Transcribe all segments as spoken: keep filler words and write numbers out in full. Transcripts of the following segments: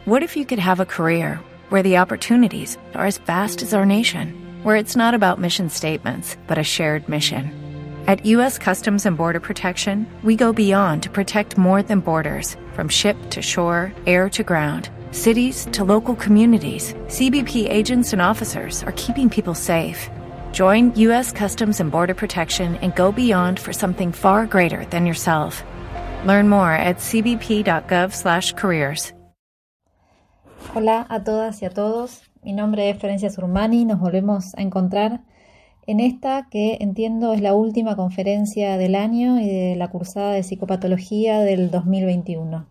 What if you could have a career where the opportunities are as vast as our nation, where it's not about mission statements, but a shared mission? At U S Customs and Border Protection, we go beyond to protect more than borders. From ship to shore, air to ground, cities to local communities, C B P agents and officers are keeping people safe. Join U S Customs and Border Protection and go beyond for something far greater than yourself. Learn more at c b p dot gov slash careers. Hola a todas y a todos, mi nombre es Florencia Surmani, nos volvemos a encontrar en esta que entiendo es la última conferencia del año y de la cursada de psicopatología del dos mil veintiuno.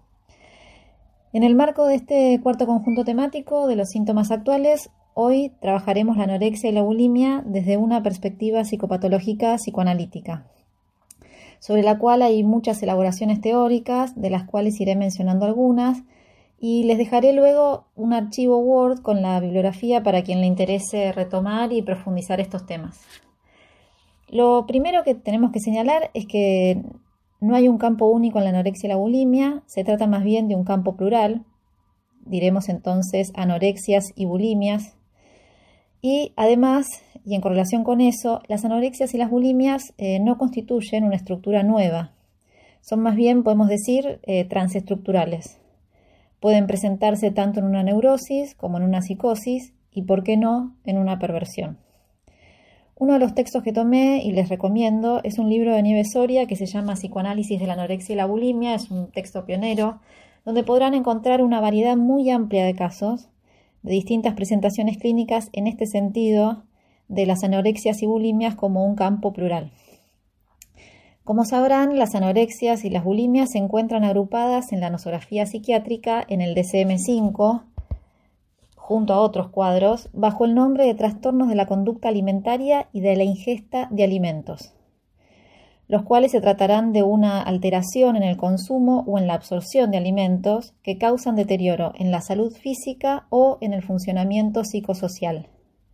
En el marco de este cuarto conjunto temático de los síntomas actuales, hoy trabajaremos la anorexia y la bulimia desde una perspectiva psicopatológica psicoanalítica, sobre la cual hay muchas elaboraciones teóricas, de las cuales iré mencionando algunas, y les dejaré luego un archivo Word con la bibliografía para quien le interese retomar y profundizar estos temas. Lo primero que tenemos que señalar es que no hay un campo único en la anorexia y la bulimia, se trata más bien de un campo plural, diremos entonces anorexias y bulimias, y además, y en correlación con eso, las anorexias y las bulimias eh, no constituyen una estructura nueva, son más bien, podemos decir, eh, transestructurales. Pueden presentarse tanto en una neurosis como en una psicosis y, por qué no, en una perversión. Uno de los textos que tomé y les recomiendo es un libro de Nieves Soria que se llama Psicoanálisis de la anorexia y la bulimia, es un texto pionero, donde podrán encontrar una variedad muy amplia de casos, de distintas presentaciones clínicas en este sentido de las anorexias y bulimias como un campo plural. Como sabrán, las anorexias y las bulimias se encuentran agrupadas en la nosografía psiquiátrica en el D S M cinco, junto a otros cuadros, bajo el nombre de trastornos de la conducta alimentaria y de la ingesta de alimentos, los cuales se tratarán de una alteración en el consumo o en la absorción de alimentos que causan deterioro en la salud física o en el funcionamiento psicosocial.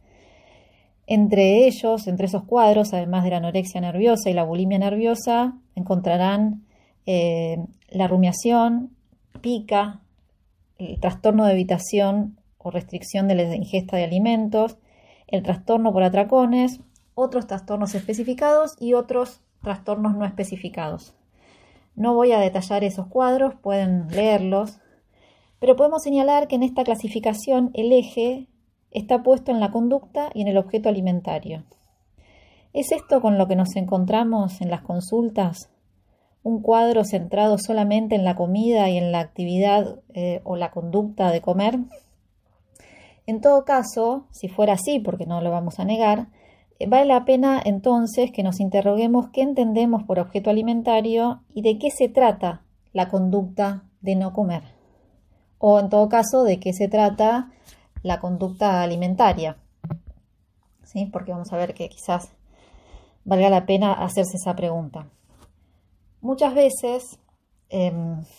Entre ellos, entre esos cuadros, además de la anorexia nerviosa y la bulimia nerviosa, encontrarán eh, la rumiación, pica, el trastorno de evitación o restricción de la ingesta de alimentos, el trastorno por atracones, otros trastornos especificados y otros trastornos no especificados. No voy a detallar esos cuadros, pueden leerlos, pero podemos señalar que en esta clasificación el eje está puesto en la conducta y en el objeto alimentario. ¿Es esto con lo que nos encontramos en las consultas? ¿Un cuadro centrado solamente en la comida y en la actividad eh, o la conducta de comer? En todo caso, si fuera así, porque no lo vamos a negar, eh, vale la pena entonces que nos interroguemos qué entendemos por objeto alimentario y de qué se trata la conducta de no comer. O en todo caso, de qué se trata la conducta alimentaria, ¿sí? Porque vamos a ver que quizás valga la pena hacerse esa pregunta. Muchas veces eh,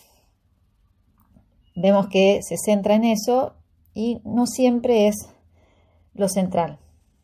vemos que se centra en eso y no siempre es lo central.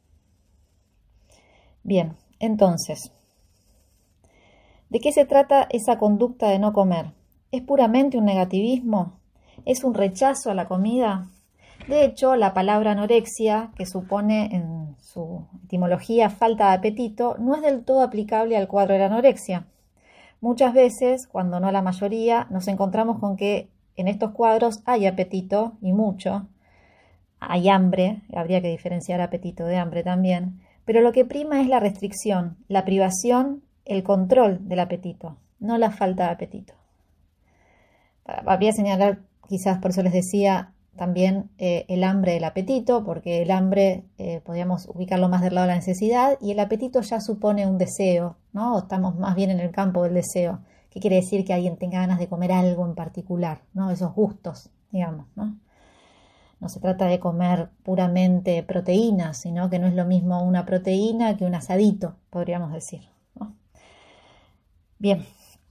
Bien, entonces, ¿de qué se trata esa conducta de no comer? ¿Es puramente un negativismo? ¿Es un rechazo a la comida? De hecho, la palabra anorexia, que supone en su etimología falta de apetito, no es del todo aplicable al cuadro de la anorexia. Muchas veces, cuando no la mayoría, nos encontramos con que en estos cuadros hay apetito y mucho, hay hambre, habría que diferenciar apetito de hambre también, pero lo que prima es la restricción, la privación, el control del apetito, no la falta de apetito. Habría que señalar, quizás por eso les decía, también eh, el hambre del apetito, porque el hambre eh, podríamos ubicarlo más del lado de la necesidad y el apetito ya supone un deseo, ¿no? Estamos más bien en el campo del deseo. ¿Qué quiere decir? Que alguien tenga ganas de comer algo en particular, ¿no? Esos gustos, digamos, ¿no? No se trata de comer puramente proteínas, sino que no es lo mismo una proteína que un asadito, podríamos decir, ¿no? Bien.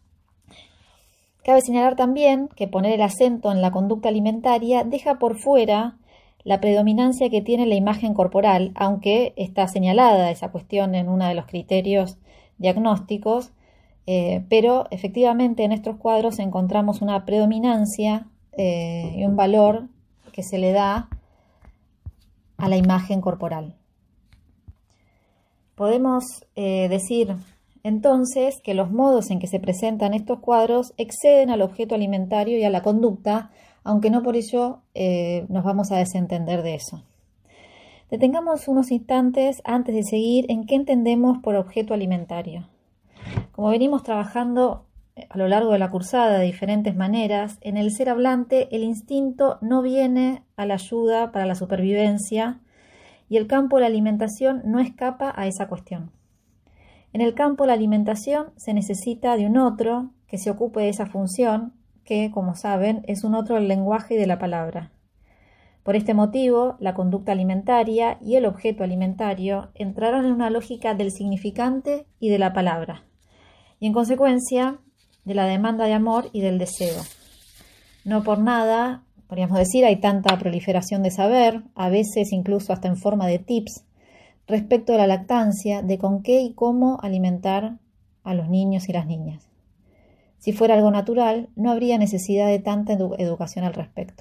Cabe señalar también que poner el acento en la conducta alimentaria deja por fuera la predominancia que tiene la imagen corporal, aunque está señalada esa cuestión en uno de los criterios diagnósticos, eh, pero efectivamente en estos cuadros encontramos una predominancia eh, y un valor que se le da a la imagen corporal. Podemos eh, decir entonces que los modos en que se presentan estos cuadros exceden al objeto alimentario y a la conducta, aunque no por ello eh, nos vamos a desentender de eso. Detengamos unos instantes antes de seguir en qué entendemos por objeto alimentario. Como venimos trabajando a lo largo de la cursada de diferentes maneras, en el ser hablante el instinto no viene a la ayuda para la supervivencia y el campo de la alimentación no escapa a esa cuestión. En el campo de la alimentación se necesita de un otro que se ocupe de esa función, que, como saben, es un otro del lenguaje y de la palabra. Por este motivo, la conducta alimentaria y el objeto alimentario entrarán en una lógica del significante y de la palabra, y en consecuencia de la demanda de amor y del deseo. No por nada, podríamos decir, hay tanta proliferación de saber, a veces incluso hasta en forma de tips, respecto de la lactancia, de con qué y cómo alimentar a los niños y las niñas. Si fuera algo natural, no habría necesidad de tanta edu- educación al respecto.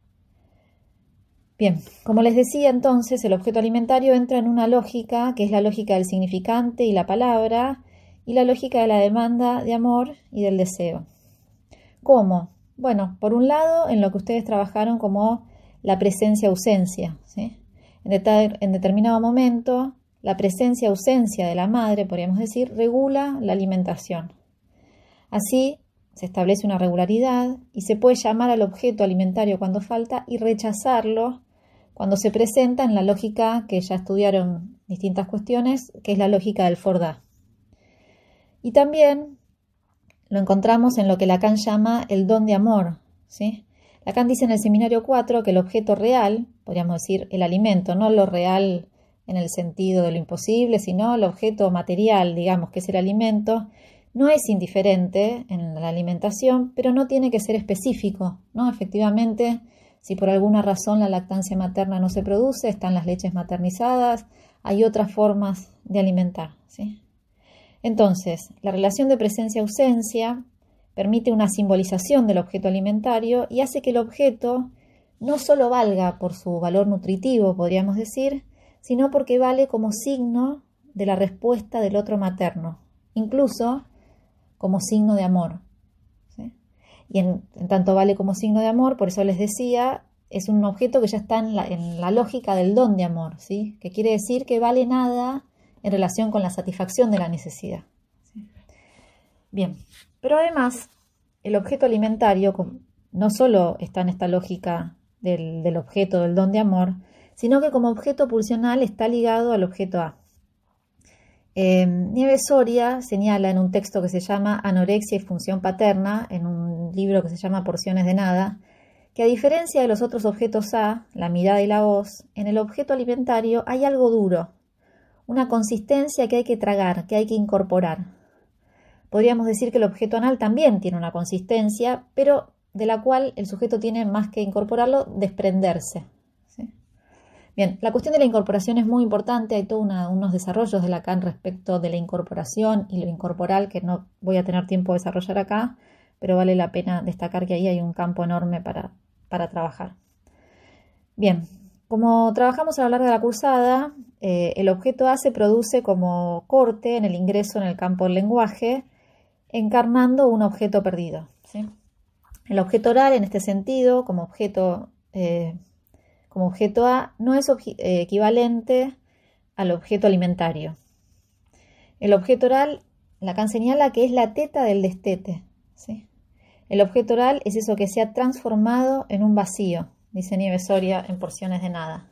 Bien, como les decía entonces, el objeto alimentario entra en una lógica que es la lógica del significante y la palabra y la lógica de la demanda de amor y del deseo. ¿Cómo? Bueno, por un lado, en lo que ustedes trabajaron como la presencia-ausencia, ¿sí? En, det- en determinado momento, la presencia-ausencia de la madre, podríamos decir, regula la alimentación. Así, se establece una regularidad y se puede llamar al objeto alimentario cuando falta y rechazarlo cuando se presenta en la lógica que ya estudiaron distintas cuestiones, que es la lógica del Fordá. Y también lo encontramos en lo que Lacan llama el don de amor, ¿sí? Lacan dice en el seminario cuatro que el objeto real, podríamos decir el alimento, no lo real en el sentido de lo imposible, sino el objeto material, digamos, que es el alimento, no es indiferente en la alimentación, pero no tiene que ser específico, ¿no? Efectivamente, si por alguna razón la lactancia materna no se produce, están las leches maternizadas, hay otras formas de alimentar, ¿sí? Entonces, la relación de presencia-ausencia permite una simbolización del objeto alimentario y hace que el objeto no solo valga por su valor nutritivo, podríamos decir, sino porque vale como signo de la respuesta del otro materno, incluso como signo de amor, ¿sí? Y en, en tanto vale como signo de amor, por eso les decía, es un objeto que ya está en la, en la lógica del don de amor, ¿sí? Que quiere decir que vale nada en relación con la satisfacción de la necesidad, ¿sí? Bien, pero además el objeto alimentario no solo está en esta lógica del, del objeto del don de amor, sino que como objeto pulsional está ligado al objeto A. Eh, Nieves Soria señala en un texto que se llama Anorexia y función paterna, en un libro que se llama Porciones de nada, que a diferencia de los otros objetos A, la mirada y la voz, en el objeto alimentario hay algo duro, una consistencia que hay que tragar, que hay que incorporar. Podríamos decir que el objeto anal también tiene una consistencia, pero de la cual el sujeto tiene más que incorporarlo, desprenderse, ¿sí? Bien, la cuestión de la incorporación es muy importante, hay todos unos desarrollos de Lacan respecto de la incorporación y lo incorporal que no voy a tener tiempo de desarrollar acá, pero vale la pena destacar que ahí hay un campo enorme para, para trabajar. Bien, como trabajamos a lo largo de la cursada, eh, el objeto A se produce como corte en el ingreso en el campo del lenguaje, encarnando un objeto perdido, ¿sí? El objeto oral, en este sentido, como objeto, eh, como objeto A, no es eh, equivalente al objeto alimentario. El objeto oral, Lacan señala que es la teta del destete, ¿sí? El objeto oral es eso que se ha transformado en un vacío, dice Nieves Soria en Porciones de nada.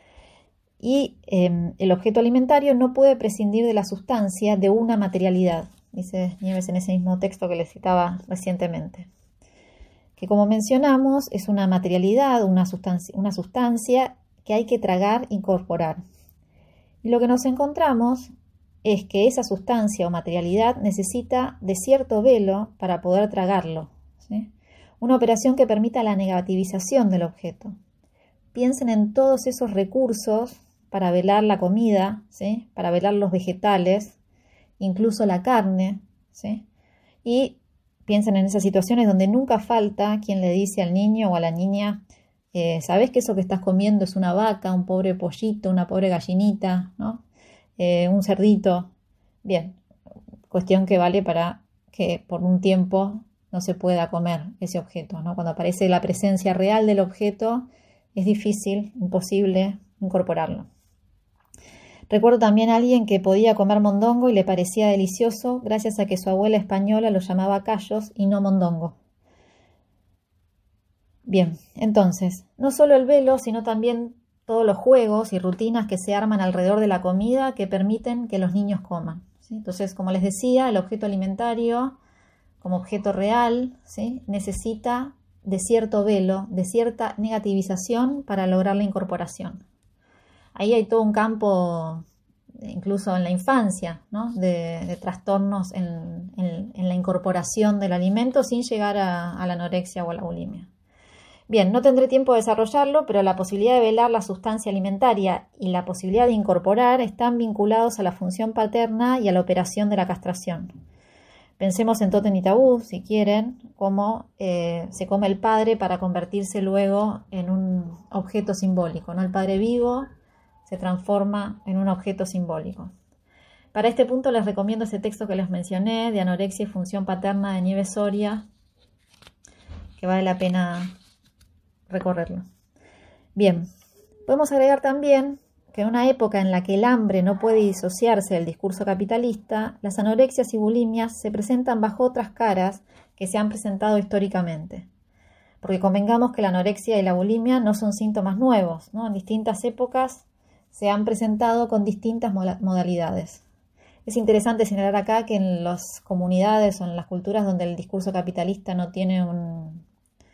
Y eh, el objeto alimentario no puede prescindir de la sustancia de una materialidad, dice Nieves en ese mismo texto que les citaba recientemente, que como mencionamos es una materialidad, una sustancia, una sustancia que hay que tragar, incorporar. Y lo que nos encontramos es que esa sustancia o materialidad necesita de cierto velo para poder tragarlo, ¿sí? Una operación que permita la negativización del objeto. Piensen en todos esos recursos para velar la comida, ¿sí? Para velar los vegetales, incluso la carne, ¿sí? Y piensen en esas situaciones donde nunca falta quien le dice al niño o a la niña, Eh, ¿Sabés que eso que estás comiendo es una vaca, un pobre pollito, una pobre gallinita, ¿no? Eh, un cerdito? Bien, cuestión que vale para que por un tiempo no se pueda comer ese objeto, ¿no? Cuando aparece la presencia real del objeto, es difícil, imposible incorporarlo. Recuerdo también a alguien que podía comer mondongo y le parecía delicioso gracias a que su abuela española lo llamaba callos y no mondongo. Bien, entonces, no solo el velo, sino también todos los juegos y rutinas que se arman alrededor de la comida que permiten que los niños coman, ¿sí? Entonces, como les decía, el objeto alimentario, como objeto real, ¿sí?, necesita de cierto velo, de cierta negativización para lograr la incorporación. Ahí hay todo un campo, incluso en la infancia, ¿no?, de, de trastornos en, en, en la incorporación del alimento sin llegar a, a la anorexia o a la bulimia. Bien, no tendré tiempo de desarrollarlo, pero la posibilidad de velar la sustancia alimentaria y la posibilidad de incorporar están vinculados a la función paterna y a la operación de la castración. Pensemos en Tótem y Tabú, si quieren, cómo eh, se come el padre para convertirse luego en un objeto simbólico, ¿no? El padre vivo se transforma en un objeto simbólico. Para este punto les recomiendo ese texto que les mencioné, de Anorexia y Función Paterna, de Nieves Soria, que vale la pena recorrerlo. Bien, podemos agregar también que en una época en la que el hambre no puede disociarse del discurso capitalista, las anorexias y bulimias se presentan bajo otras caras que se han presentado históricamente. Porque convengamos que la anorexia y la bulimia no son síntomas nuevos, ¿no? En distintas épocas se han presentado con distintas modalidades. Es interesante señalar acá que en las comunidades o en las culturas donde el discurso capitalista no tiene un,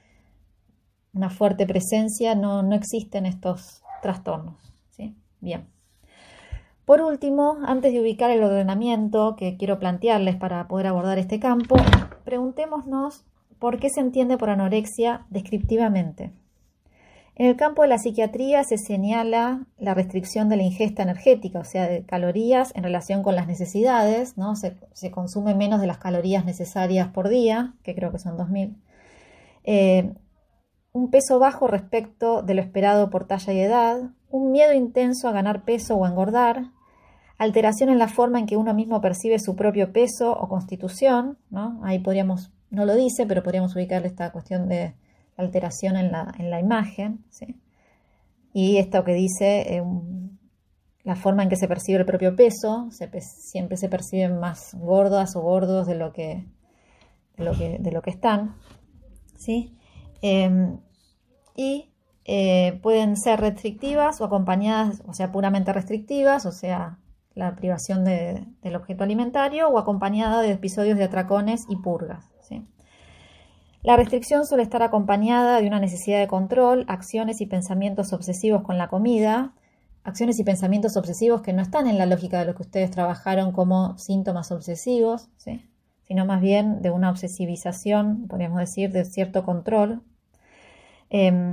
una fuerte presencia, no, no existen estos trastornos, ¿sí? Bien. Por último, antes de ubicar el ordenamiento que quiero plantearles para poder abordar este campo, preguntémonos por qué se entiende por anorexia descriptivamente. En el campo de la psiquiatría se señala la restricción de la ingesta energética, o sea, de calorías en relación con las necesidades, ¿no? Se, se consume menos de las calorías necesarias por día, que creo que son dos mil. Eh, un peso bajo respecto de lo esperado por talla y edad, un miedo intenso a ganar peso o a engordar, alteración en la forma en que uno mismo percibe su propio peso o constitución, ¿no? Ahí podríamos, no lo dice, pero podríamos ubicarle esta cuestión de alteración en la, en la imagen, ¿sí? Y esto que dice, eh, la forma en que se percibe el propio peso, se, siempre se perciben más gordas o gordos de lo que, de lo que, de lo que están, ¿sí? Eh, y eh, pueden ser restrictivas o acompañadas, o sea, puramente restrictivas, o sea, la privación de, del objeto alimentario, o acompañada de episodios de atracones y purgas, ¿sí? La restricción suele estar acompañada de una necesidad de control, acciones y pensamientos obsesivos con la comida, acciones y pensamientos obsesivos que no están en la lógica de lo que ustedes trabajaron como síntomas obsesivos, ¿sí?, sino más bien de una obsesivización, podríamos decir, de cierto control. Eh,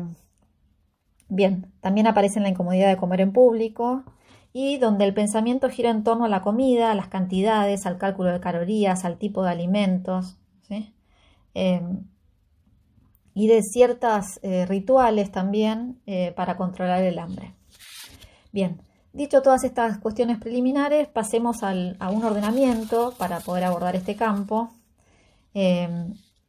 bien, también aparece la incomodidad de comer en público y donde el pensamiento gira en torno a la comida, a las cantidades, al cálculo de calorías, al tipo de alimentos, ¿sí? Eh, y de ciertos eh, rituales también eh, para controlar el hambre. Bien, dicho todas estas cuestiones preliminares, pasemos al, a un ordenamiento para poder abordar este campo eh,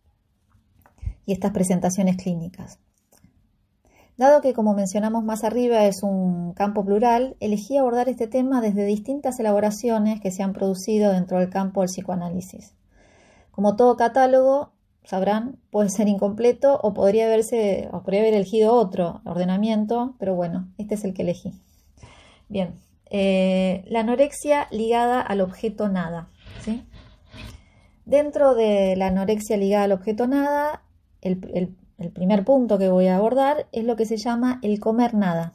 y estas presentaciones clínicas. Dado que, como mencionamos más arriba, es un campo plural, elegí abordar este tema desde distintas elaboraciones que se han producido dentro del campo del psicoanálisis. Como todo catálogo, sabrán, puede ser incompleto o podría haberse, o podría haber elegido otro ordenamiento, pero bueno, este es el que elegí. Bien, eh, la anorexia ligada al objeto nada, ¿sí? Dentro de la anorexia ligada al objeto nada, el, el, el primer punto que voy a abordar es lo que se llama el comer nada.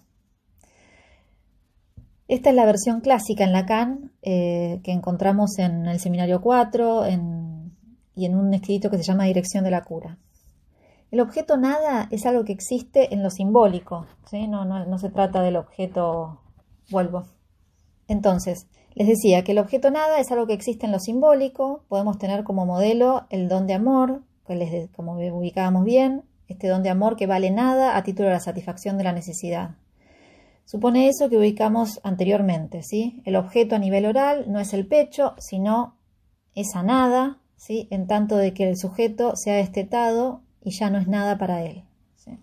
Esta es la versión clásica en Lacan eh, que encontramos en el seminario cuatro, en y en un escrito que se llama Dirección de la Cura. El objeto nada es algo que existe en lo simbólico, ¿sí? No, no, no se trata del objeto, vuelvo. Entonces, les decía que el objeto nada es algo que existe en lo simbólico, podemos tener como modelo el don de amor, que les, como ubicábamos bien, este don de amor que vale nada a título de la satisfacción de la necesidad. Supone eso que ubicamos anteriormente, ¿sí? El objeto a nivel oral no es el pecho, sino esa nada, ¿sí? En tanto de que el sujeto se ha destetado y ya no es nada para él, ¿sí?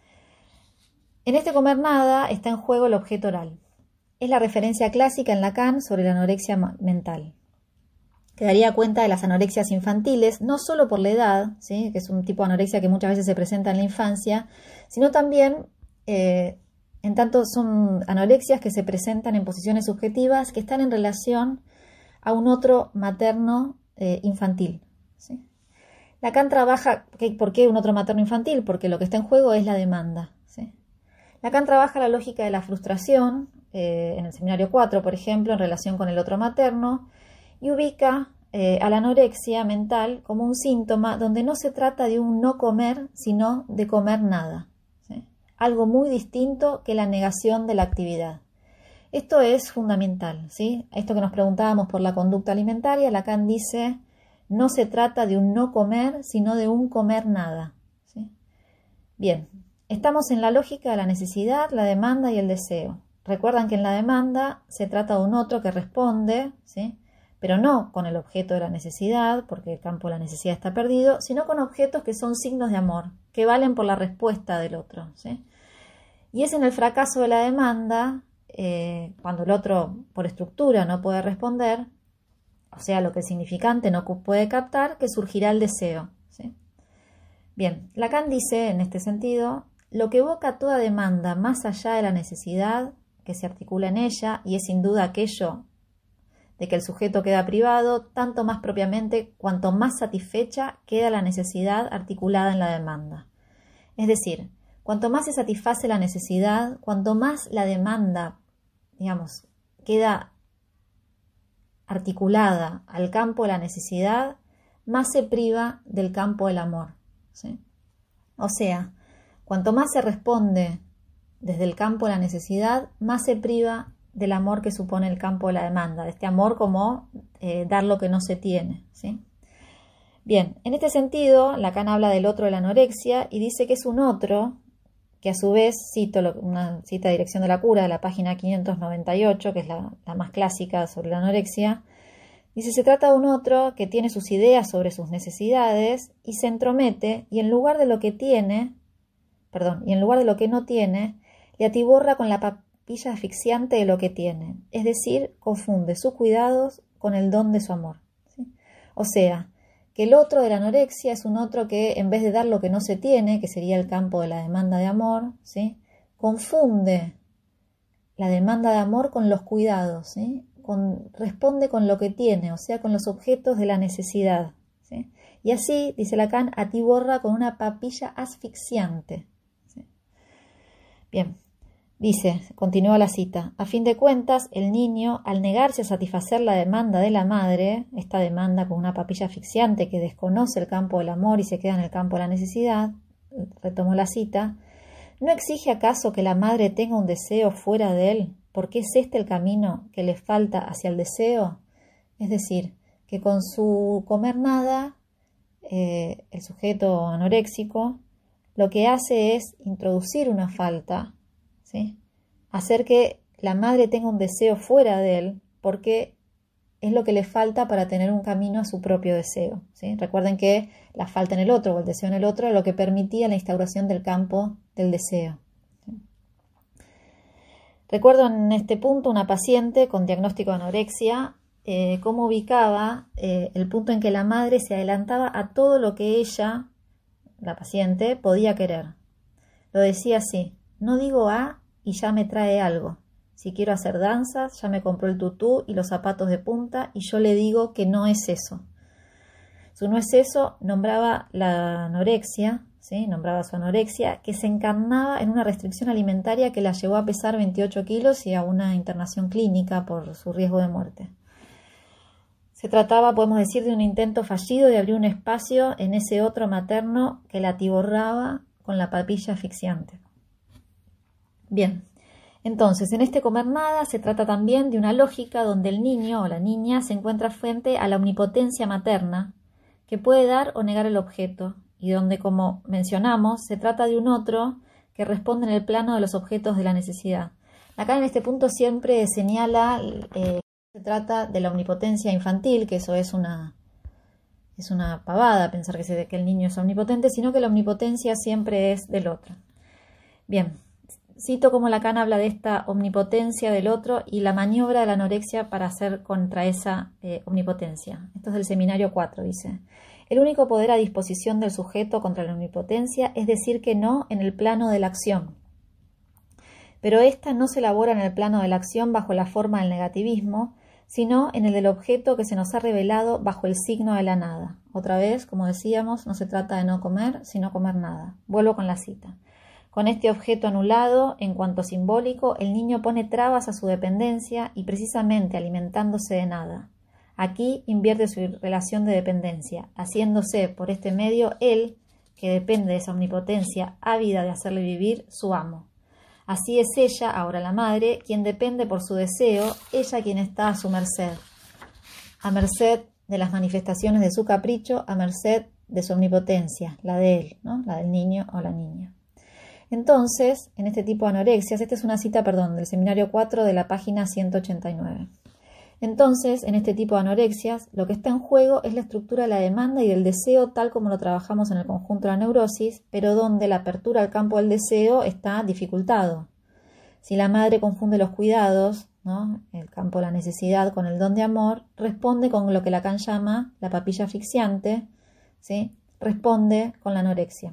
En este comer nada está en juego el objeto oral. Es la referencia clásica en Lacan sobre la anorexia mental, que daría cuenta de las anorexias infantiles, no solo por la edad, ¿sí? Que es un tipo de anorexia que muchas veces se presenta en la infancia, sino también, eh, en tanto son anorexias que se presentan en posiciones subjetivas que están en relación a un otro materno eh, infantil, ¿sí? Lacan trabaja, ¿por qué un otro materno infantil? Porque lo que está en juego es la demanda, ¿sí? Lacan trabaja la lógica de la frustración, eh, en el seminario cuatro, por ejemplo, en relación con el otro materno, y ubica eh, a la anorexia mental como un síntoma donde no se trata de un no comer, sino de comer nada, ¿sí? Algo muy distinto que la negación de la actividad. Esto es fundamental, ¿sí? Esto que nos preguntábamos por la conducta alimentaria, Lacan dice, no se trata de un no comer, sino de un comer nada, ¿sí? Bien, estamos en la lógica de la necesidad, la demanda y el deseo. Recuerdan que en la demanda se trata de un otro que responde, ¿sí? Pero no con el objeto de la necesidad, porque el campo de la necesidad está perdido, sino con objetos que son signos de amor, que valen por la respuesta del otro, ¿sí? Y es en el fracaso de la demanda, eh, cuando el otro por estructura no puede responder, o sea, lo que el significante no puede captar, que surgirá el deseo, ¿sí? Bien, Lacan dice en este sentido, lo que evoca toda demanda más allá de la necesidad que se articula en ella, y es sin duda aquello de que el sujeto queda privado, tanto más propiamente cuanto más satisfecha queda la necesidad articulada en la demanda. Es decir, cuanto más se satisface la necesidad, cuanto más la demanda, digamos, queda articulada al campo de la necesidad, más se priva del campo del amor, ¿sí? O sea, cuanto más se responde desde el campo de la necesidad, más se priva del amor que supone el campo de la demanda, de este amor como eh, dar lo que no se tiene, ¿sí? Bien, en este sentido, Lacan habla del otro de la anorexia y dice que es un otro que a su vez, cito lo, una cita de Dirección de la Cura de la página quinientos noventa y ocho, que es la, la más clásica sobre la anorexia, dice, se trata de un otro que tiene sus ideas sobre sus necesidades y se entromete y en lugar de lo que tiene, perdón, y en lugar de lo que no tiene, le atiborra con la papilla asfixiante de lo que tiene, es decir, confunde sus cuidados con el don de su amor, ¿sí? O sea, que el otro de la anorexia es un otro que en vez de dar lo que no se tiene, que sería el campo de la demanda de amor, ¿sí? Confunde la demanda de amor con los cuidados, ¿sí? Con, responde con lo que tiene, o sea, con los objetos de la necesidad, ¿sí? Y así, dice Lacan, atiborra con una papilla asfixiante, ¿sí? Bien, dice, continúa la cita, a fin de cuentas, el niño, al negarse a satisfacer la demanda de la madre, esta demanda con una papilla asfixiante que desconoce el campo del amor y se queda en el campo de la necesidad, retomo la cita, ¿no exige acaso que la madre tenga un deseo fuera de él? Porque es este el camino que le falta hacia el deseo. Es decir, que con su comer nada, eh, el sujeto anoréxico lo que hace es introducir una falta, ¿sí? Hacer que la madre tenga un deseo fuera de él, porque es lo que le falta para tener un camino a su propio deseo, ¿sí? Recuerden que la falta en el otro o el deseo en el otro es lo que permitía la instauración del campo del deseo. Recuerdo en este punto una paciente con diagnóstico de anorexia, eh, cómo ubicaba eh, el punto en que la madre se adelantaba a todo lo que ella, la paciente, podía querer. Lo decía así, no digo A y ya me trae algo. Si quiero hacer danzas, ya me compró el tutú y los zapatos de punta y yo le digo que no es eso. Su no es eso nombraba la anorexia, ¿sí? Nombraba su anorexia, que se encarnaba en una restricción alimentaria que la llevó a pesar veintiocho kilos y a una internación clínica por su riesgo de muerte. Se trataba, podemos decir, de un intento fallido de abrir un espacio en ese otro materno que la atiborraba con la papilla asfixiante. Bien, entonces, en este comer nada se trata también de una lógica donde el niño o la niña se encuentra frente a la omnipotencia materna, que puede dar o negar el objeto, y donde, como mencionamos, se trata de un otro que responde en el plano de los objetos de la necesidad. Acá en este punto siempre señala eh, que se trata de la omnipotencia infantil, que eso es una, es una pavada pensar que, se, que el niño es omnipotente, sino que la omnipotencia siempre es del otro. Bien, cito cómo Lacan habla de esta omnipotencia del otro y la maniobra de la anorexia para hacer contra esa eh, omnipotencia. Esto es del seminario cuatro, dice. El único poder a disposición del sujeto contra la omnipotencia es decir que no en el plano de la acción. Pero ésta no se elabora en el plano de la acción bajo la forma del negativismo, sino en el del objeto que se nos ha revelado bajo el signo de la nada. Otra vez, como decíamos, no se trata de no comer, sino comer nada. Vuelvo con la cita. Con este objeto anulado, en cuanto simbólico, el niño pone trabas a su dependencia y precisamente alimentándose de nada. Aquí invierte su relación de dependencia, haciéndose por este medio él, que depende de esa omnipotencia ávida de hacerle vivir, su amo. Así es ella, ahora la madre, quien depende por su deseo, ella quien está a su merced, a merced de las manifestaciones de su capricho, a merced de su omnipotencia, la de él, ¿no? La del niño o la niña. Entonces, en este tipo de anorexias, esta es una cita, perdón, del seminario cuatro de la página ciento ochenta y nueve. Entonces, en este tipo de anorexias, lo que está en juego es la estructura de la demanda y del deseo tal como lo trabajamos en el conjunto de la neurosis, pero donde la apertura al campo del deseo está dificultado. Si la madre confunde los cuidados, ¿no?, el campo de la necesidad con el don de amor, responde con lo que Lacan llama la papilla asfixiante, ¿sí? Responde con la anorexia.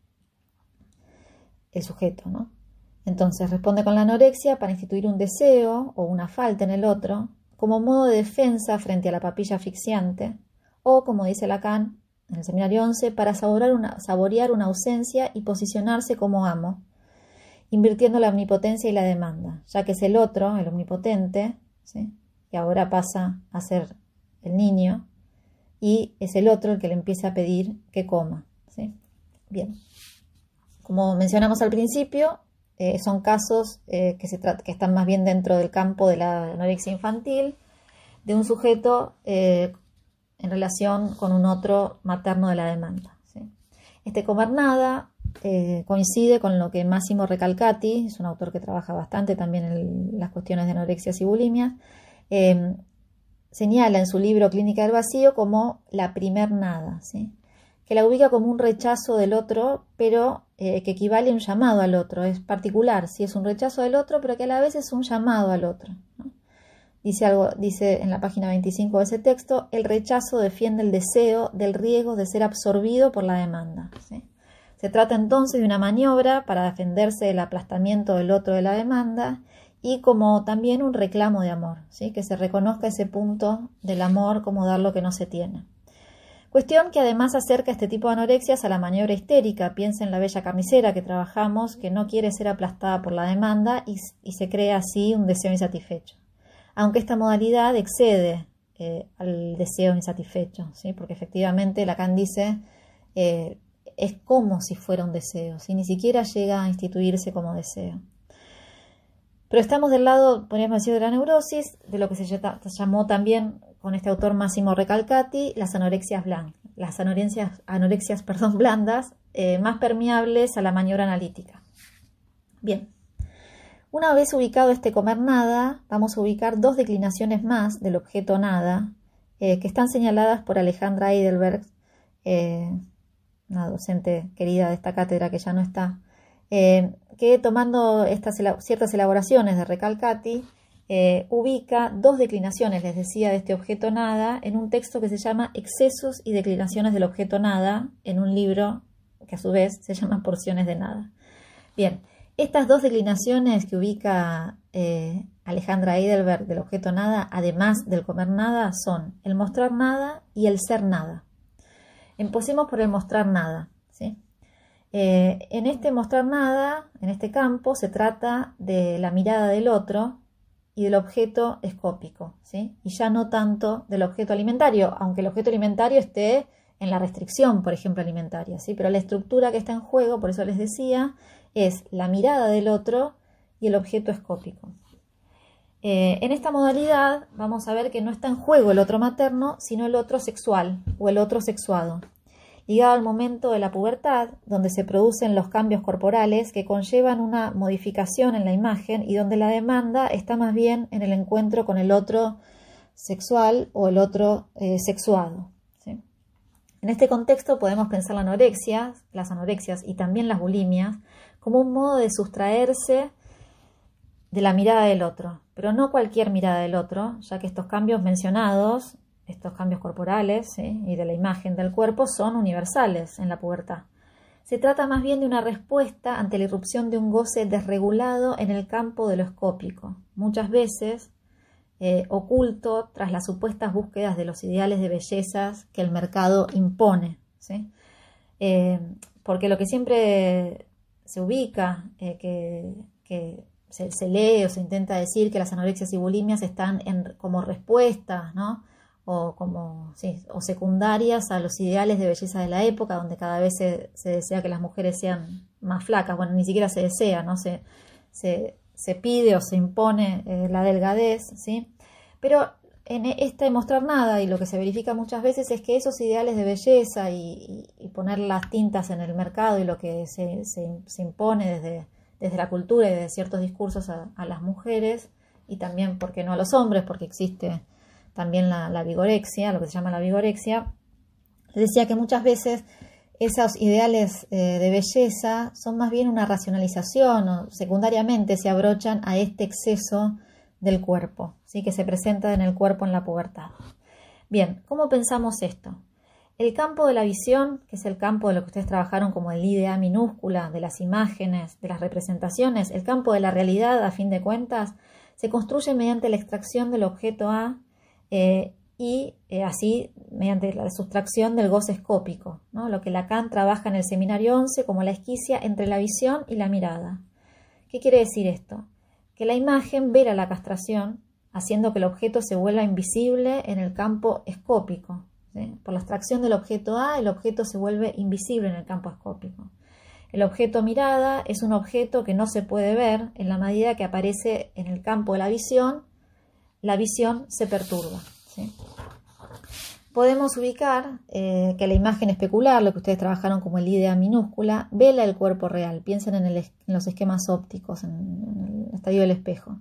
El sujeto, ¿no? Entonces, responde con la anorexia para instituir un deseo o una falta en el otro, como modo de defensa frente a la papilla asfixiante, o, como dice Lacan en el seminario once, para saborear una, saborear una ausencia y posicionarse como amo, invirtiendo la omnipotencia y la demanda, ya que es el otro, el omnipotente, ¿sí?, que ahora pasa a ser el niño, y es el otro el que le empieza a pedir que coma, ¿sí? Bien. Como mencionamos al principio, Eh, son casos eh, que, se que están más bien dentro del campo de la anorexia infantil, de un sujeto eh, en relación con un otro materno de la demanda, ¿sí? Este comer nada eh, coincide con lo que Massimo Recalcati, es un autor que trabaja bastante también en las cuestiones de anorexias y bulimias, eh, señala en su libro Clínica del Vacío como la primer nada, ¿sí?, que la ubica como un rechazo del otro, pero eh, que equivale a un llamado al otro. Es particular, sí, es un rechazo del otro, pero que a la vez es un llamado al otro, ¿no? Dice algo, dice en la página veinticinco de ese texto, el rechazo defiende el deseo del riesgo de ser absorbido por la demanda, ¿sí? Se trata entonces de una maniobra para defenderse del aplastamiento del otro de la demanda y como también un reclamo de amor, ¿sí?, que se reconozca ese punto del amor como dar lo que no se tiene. Cuestión que además acerca este tipo de anorexias a la maniobra histérica. Piensa en la bella carnicera que trabajamos, que no quiere ser aplastada por la demanda y, y se crea así un deseo insatisfecho. Aunque esta modalidad excede eh, al deseo insatisfecho, ¿sí?, porque efectivamente Lacan dice eh, es como si fuera un deseo, ¿sí?, ni siquiera llega a instituirse como deseo. Pero estamos del lado, podríamos decir, de la neurosis, de lo que se llamó también con este autor Massimo Recalcati, las anorexias blandas, las anorexias, anorexias perdón, blandas, eh, más permeables a la maniobra analítica. Bien, una vez ubicado este comer nada, vamos a ubicar dos declinaciones más del objeto nada, eh, que están señaladas por Alejandra Heidelberg, eh, una docente querida de esta cátedra que ya no está, eh, que tomando estas ciertas elaboraciones de Recalcati, eh, ubica dos declinaciones, les decía, de este objeto nada en un texto que se llama Excesos y declinaciones del objeto nada, en un libro que a su vez se llama Porciones de nada. Bien, estas dos declinaciones que ubica eh, Alejandra Heidelberg del objeto nada, además del comer nada, son el mostrar nada y el ser nada. Empecemos por el mostrar nada, ¿sí? Eh, en este mostrar nada, en este campo, se trata de la mirada del otro y del objeto escópico, ¿sí?, y ya no tanto del objeto alimentario, aunque el objeto alimentario esté en la restricción, por ejemplo, alimentaria, ¿sí?, pero la estructura que está en juego, por eso les decía, es la mirada del otro y el objeto escópico. Eh, en esta modalidad vamos a ver que no está en juego el otro materno, sino el otro sexual o el otro sexuado. ligado al momento de la pubertad, donde se producen los cambios corporales que conllevan una modificación en la imagen y donde la demanda está más bien en el encuentro con el otro sexual o el otro eh, sexuado. ¿Sí? En este contexto podemos pensar la anorexia, las anorexias y también las bulimias como un modo de sustraerse de la mirada del otro, pero no cualquier mirada del otro, ya que estos cambios mencionados, estos cambios corporales, ¿sí?, y de la imagen del cuerpo son universales en la pubertad. Se trata más bien de una respuesta ante la irrupción de un goce desregulado en el campo de lo escópico, muchas veces eh, oculto tras las supuestas búsquedas de los ideales de bellezas que el mercado impone, ¿sí? Eh, porque lo que siempre se ubica, eh, que, que se, se lee o se intenta decir que las anorexias y bulimias están en, como respuestas, ¿no?, o como sí, o secundarias a los ideales de belleza de la época, donde cada vez se, se desea que las mujeres sean más flacas. Bueno, ni siquiera se desea, ¿no? Se, se, se pide o se impone eh, la delgadez, ¿sí? Pero en este mostrar nada, y lo que se verifica muchas veces es que esos ideales de belleza y, y, y poner las tintas en el mercado y lo que se, se, se impone desde, desde la cultura y desde ciertos discursos a, a las mujeres, y también, ¿por qué no a los hombres? Porque existe también la, la vigorexia, lo que se llama la vigorexia. Les decía que muchas veces esos ideales eh, de belleza son más bien una racionalización, o secundariamente se abrochan a este exceso del cuerpo, ¿sí?, que se presenta en el cuerpo en la pubertad. Bien, ¿cómo pensamos esto? El campo de la visión, que es el campo de lo que ustedes trabajaron como el I D A minúscula, de las imágenes, de las representaciones, el campo de la realidad, a fin de cuentas, se construye mediante la extracción del objeto A, Eh, y eh, así mediante la sustracción del goce escópico, ¿no?, lo que Lacan trabaja en el seminario once como la esquicia entre la visión y la mirada. ¿Qué quiere decir esto? Que la imagen vela la castración, haciendo que el objeto se vuelva invisible en el campo escópico, ¿sí? Por la extracción del objeto A, el objeto se vuelve invisible en el campo escópico. El objeto mirada es un objeto que no se puede ver en la medida que aparece en el campo de la visión. La visión se perturba, ¿sí? Podemos ubicar eh, que la imagen especular, lo que ustedes trabajaron como el I D A minúscula, vela el cuerpo real. Piensen en, el, en los esquemas ópticos, en, en el estadio del espejo.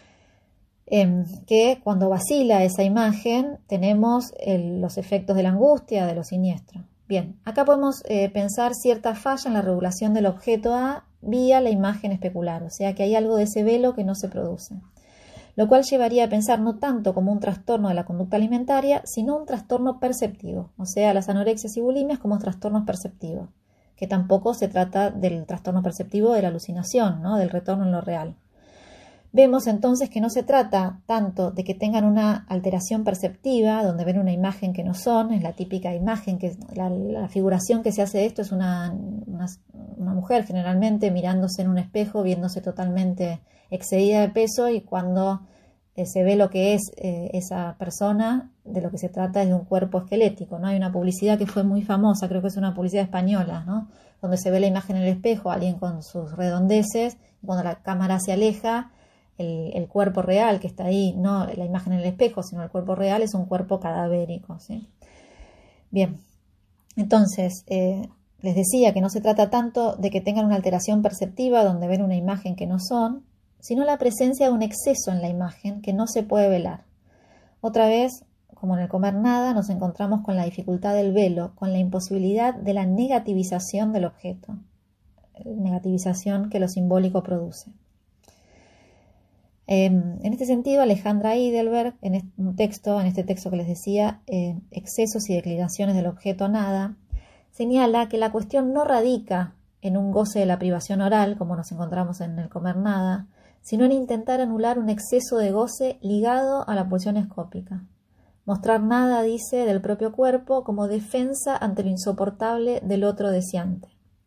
Eh, que cuando vacila esa imagen tenemos el, los efectos de la angustia, de lo siniestro. Bien, acá podemos eh, pensar cierta falla en la regulación del objeto A vía la imagen especular, o sea que hay algo de ese velo que no se produce, lo cual llevaría a pensar no tanto como un trastorno de la conducta alimentaria, sino un trastorno perceptivo, o sea, las anorexias y bulimias como trastornos perceptivos, que tampoco se trata del trastorno perceptivo de la alucinación, ¿no?, del retorno en lo real. Vemos entonces que no se trata tanto de que tengan una alteración perceptiva, donde ven una imagen que no son, es la típica imagen, que la, la figuración que se hace de esto es una, una, una mujer generalmente mirándose en un espejo, viéndose totalmente excedida de peso, y cuando eh, se ve lo que es eh, esa persona, de lo que se trata es de un cuerpo esquelético, ¿no? Hay una publicidad que fue muy famosa, creo que es una publicidad española, ¿no?, donde se ve la imagen en el espejo, alguien con sus redondeces, y cuando la cámara se aleja, el, el cuerpo real que está ahí, no la imagen en el espejo, sino el cuerpo real, es un cuerpo cadavérico, ¿sí? Bien, entonces eh, les decía que no se trata tanto de que tengan una alteración perceptiva donde ven una imagen que no son, sino la presencia de un exceso en la imagen que no se puede velar. Otra vez, como en el comer nada, nos encontramos con la dificultad del velo, con la imposibilidad de la negativización del objeto, negativización que lo simbólico produce. Eh, en este sentido, Alejandra Heidelberg, en este, un texto, en este texto que les decía, eh, Excesos y declinaciones del objeto nada, señala que la cuestión no radica en un goce de la privación oral, como nos encontramos en el comer nada, sino en intentar anular un exceso de goce ligado a la pulsión escópica. Mostrar nada, dice, del propio cuerpo como defensa ante lo insoportable del otro deseante.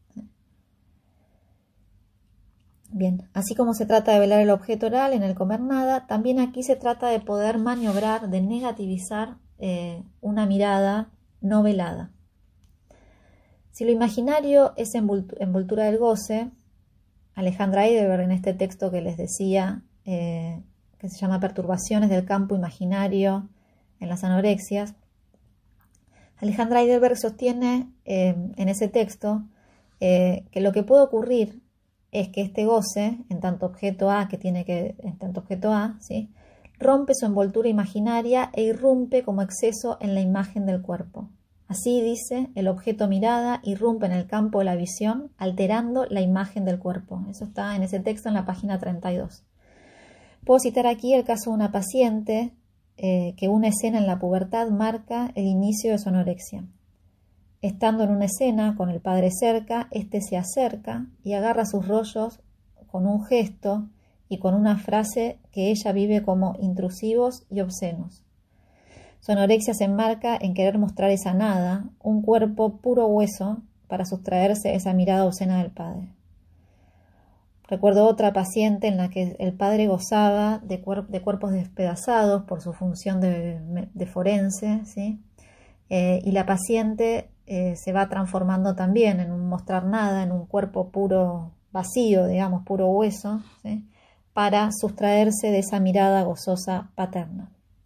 Bien, así como se trata de velar el objeto oral en el comer nada, también aquí se trata de poder maniobrar, de negativizar eh, una mirada no velada. Si lo imaginario es envoltura del goce, Alejandra Heidelberg, en este texto que les decía, eh, que se llama Perturbaciones del campo imaginario en las anorexias, Alejandra Heidelberg sostiene eh, en ese texto eh, que lo que puede ocurrir es que este goce, en tanto objeto A, que tiene que, en tanto objeto A, ¿sí?, rompe su envoltura imaginaria e irrumpe como exceso en la imagen del cuerpo. Así, dice, el objeto mirada irrumpe en el campo de la visión, alterando la imagen del cuerpo. Eso está en ese texto en la página treinta y dos. Puedo citar aquí el caso de una paciente eh, que una escena en la pubertad marca el inicio de su anorexia. Estando en una escena con el padre cerca, éste se acerca y agarra sus rollos con un gesto y con una frase que ella vive como intrusivos y obscenos. Su anorexia se enmarca en querer mostrar esa nada, un cuerpo puro hueso, para sustraerse esa mirada obscena del padre. Recuerdo otra paciente en la que el padre gozaba de, cuerp de cuerpos despedazados por su función de, de forense, ¿sí? Eh, y la paciente eh, se va transformando también en un mostrar nada, en un cuerpo puro vacío, digamos, puro hueso, ¿sí?, para sustraerse de esa mirada gozosa paterna.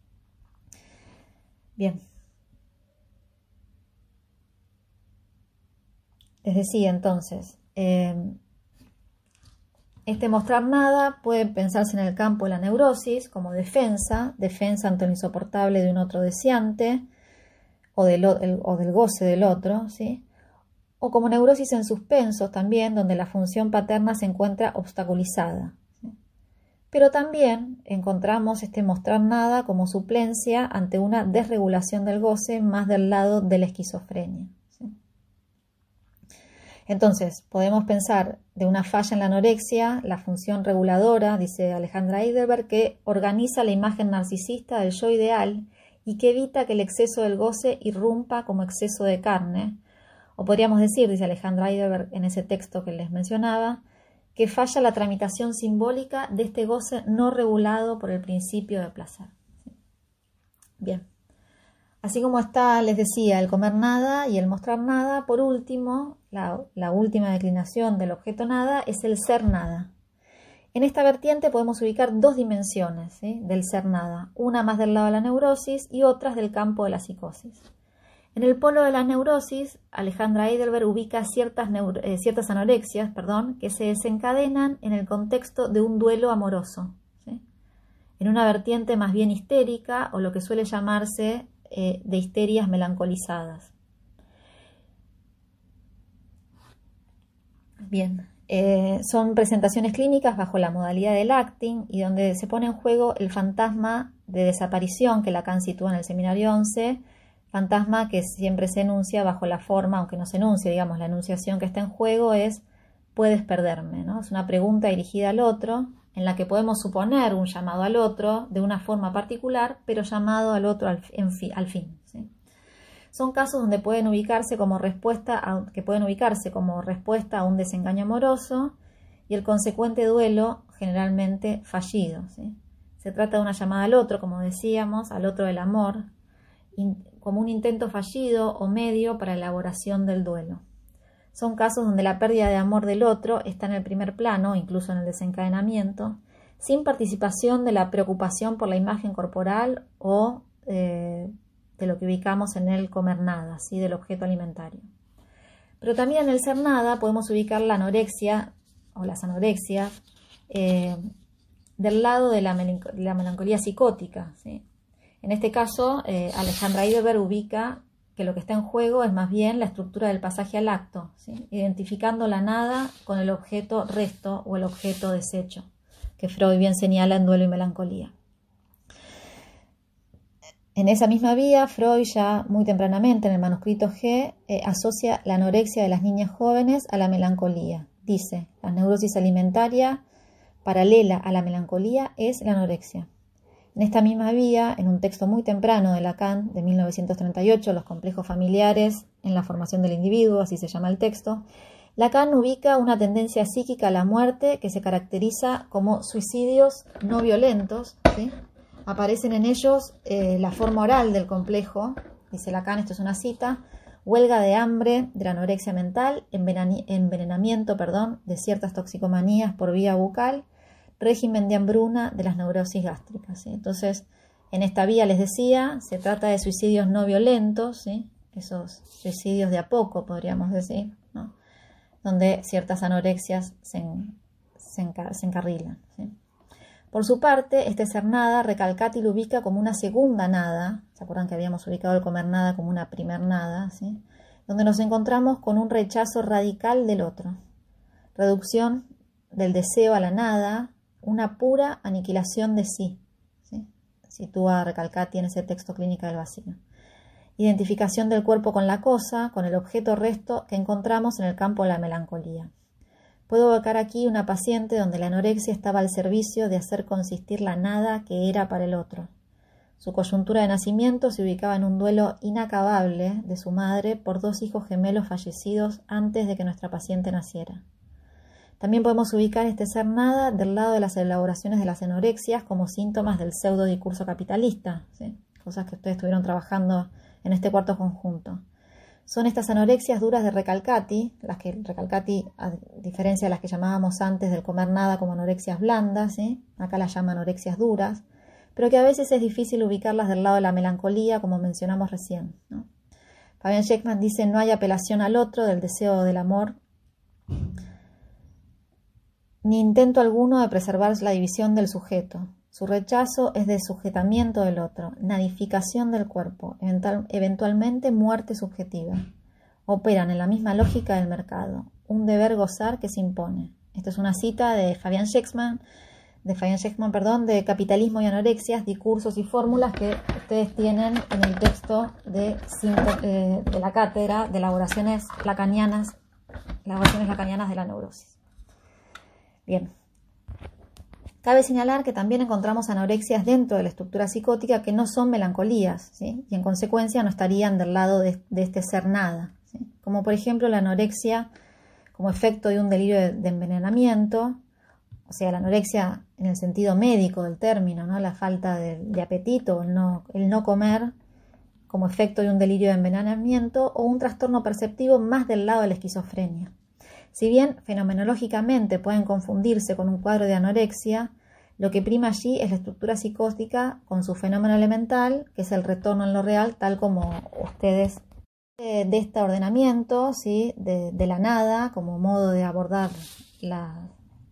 Bien. Les decía entonces, eh, este mostrar nada puede pensarse en el campo de la neurosis como defensa, defensa ante lo insoportable de un otro deseante o del, el, o del goce del otro, ¿sí?, o como neurosis en suspenso también, donde la función paterna se encuentra obstaculizada. Pero también encontramos este mostrar nada como suplencia ante una desregulación del goce más del lado de la esquizofrenia, ¿sí? Entonces, podemos pensar de una falla en la anorexia, la función reguladora, dice Alejandra Heidelberg, que organiza la imagen narcisista del yo ideal y que evita que el exceso del goce irrumpa como exceso de carne. O podríamos decir, dice Alejandra Heidelberg en ese texto que les mencionaba, que falla la tramitación simbólica de este goce no regulado por el principio de placer. Bien. Así como está, les decía, el comer nada y el mostrar nada, por último, la, la última declinación del objeto nada es el ser nada. En esta vertiente podemos ubicar dos dimensiones, ¿sí?, del ser nada, una más del lado de la neurosis y otras del campo de la psicosis. En el polo de la neurosis, Alejandra Heidelberg ubica ciertas, eh, ciertas anorexias perdón, que se desencadenan en el contexto de un duelo amoroso, ¿sí?, en una vertiente más bien histérica o lo que suele llamarse eh, de histerias melancolizadas. Bien, eh, son presentaciones clínicas bajo la modalidad del acting y donde se pone en juego el fantasma de desaparición que Lacan sitúa en el Seminario once, fantasma que siempre se enuncia bajo la forma, aunque no se enuncie, digamos, la enunciación que está en juego es ¿puedes perderme?, ¿no? Es una pregunta dirigida al otro, en la que podemos suponer un llamado al otro de una forma particular, pero llamado al otro al, en fi, al fin, ¿sí? Son casos donde pueden ubicarse como respuesta a, que pueden ubicarse como respuesta a un desengaño amoroso y el consecuente duelo generalmente fallido, ¿sí? Se trata de una llamada al otro, como decíamos, al otro del amor, in, como un intento fallido o medio para la elaboración del duelo. Son casos donde la pérdida de amor del otro está en el primer plano, incluso en el desencadenamiento, sin participación de la preocupación por la imagen corporal o eh, de lo que ubicamos en el comer nada, ¿sí?, del objeto alimentario. Pero también en el ser nada podemos ubicar la anorexia o las anorexias eh, del lado de la, melanco- la melancolía psicótica, ¿sí? En este caso, eh, Alejandra Heidelberg ubica que lo que está en juego es más bien la estructura del pasaje al acto, ¿sí?, identificando la nada con el objeto resto o el objeto desecho, que Freud bien señala en Duelo y Melancolía. En esa misma vía, Freud ya muy tempranamente en el manuscrito G eh, asocia la anorexia de las niñas jóvenes a la melancolía. Dice, la neurosis alimentaria paralela a la melancolía es la anorexia. En esta misma vía, en un texto muy temprano de Lacan, de mil novecientos treinta y ocho, Los complejos familiares en la formación del individuo, así se llama el texto, Lacan ubica una tendencia psíquica a la muerte que se caracteriza como suicidios no violentos, ¿sí? Aparecen en ellos eh, la forma oral del complejo, dice Lacan, esto es una cita, huelga de hambre de la anorexia mental, envenenamiento perdón, de ciertas toxicomanías por vía bucal, régimen de hambruna de las neurosis gástricas, ¿sí? Entonces, en esta vía, les decía, se trata de suicidios no violentos, ¿sí? esos suicidios de a poco, podríamos decir, ¿no? Donde ciertas anorexias se, se, enca, se encarrilan, ¿sí? Por su parte, este ser nada, Recalcati lo ubica como una segunda nada. ¿Se acuerdan que habíamos ubicado el comer nada como una primer nada? ¿Sí? Donde nos encontramos con un rechazo radical del otro. Reducción del deseo a la nada, una pura aniquilación de sí. ¿Sí? Sitúa Recalcati en ese texto Clínica del Vacío. Identificación del cuerpo con la cosa, con el objeto resto que encontramos en el campo de la melancolía. Puedo evocar aquí una paciente donde la anorexia estaba al servicio de hacer consistir la nada que era para el otro. Su coyuntura de nacimiento se ubicaba en un duelo inacabable de su madre por dos hijos gemelos fallecidos antes de que nuestra paciente naciera. También podemos ubicar este ser nada del lado de las elaboraciones de las anorexias como síntomas del pseudo discurso capitalista, ¿sí? Cosas que ustedes estuvieron trabajando en este cuarto conjunto. Son estas anorexias duras de Recalcati, las que Recalcati, a diferencia de las que llamábamos antes del comer nada como anorexias blandas, ¿sí? Acá las llama anorexias duras, pero que a veces es difícil ubicarlas del lado de la melancolía, como mencionamos recién, ¿no? Fabian Sheckman dice: no hay apelación al otro del deseo del amor, ni intento alguno de preservar la división del sujeto. Su rechazo es de sujetamiento del otro, nadificación del cuerpo, eventual, eventualmente muerte subjetiva. Operan en la misma lógica del mercado, un deber gozar que se impone. Esta es una cita de Fabian Sheckman, de Fabian Sheckman, perdón, de Capitalismo y Anorexias, discursos y fórmulas que ustedes tienen en el texto de, eh, de la cátedra de elaboraciones lacanianas, elaboraciones lacanianas de la neurosis. Bien. Cabe señalar que también encontramos anorexias dentro de la estructura psicótica que no son melancolías, ¿sí? Y en consecuencia no estarían del lado de, de este ser nada, ¿sí? Como por ejemplo la anorexia como efecto de un delirio de, de envenenamiento, o sea, la anorexia en el sentido médico del término, ¿no? La falta de, de apetito, el no, el no comer como efecto de un delirio de envenenamiento o un trastorno perceptivo más del lado de la esquizofrenia. Si bien fenomenológicamente pueden confundirse con un cuadro de anorexia, lo que prima allí es la estructura psicótica con su fenómeno elemental, que es el retorno en lo real, tal como ustedes de, de este ordenamiento, ¿sí? de, de la nada, como modo de abordar la,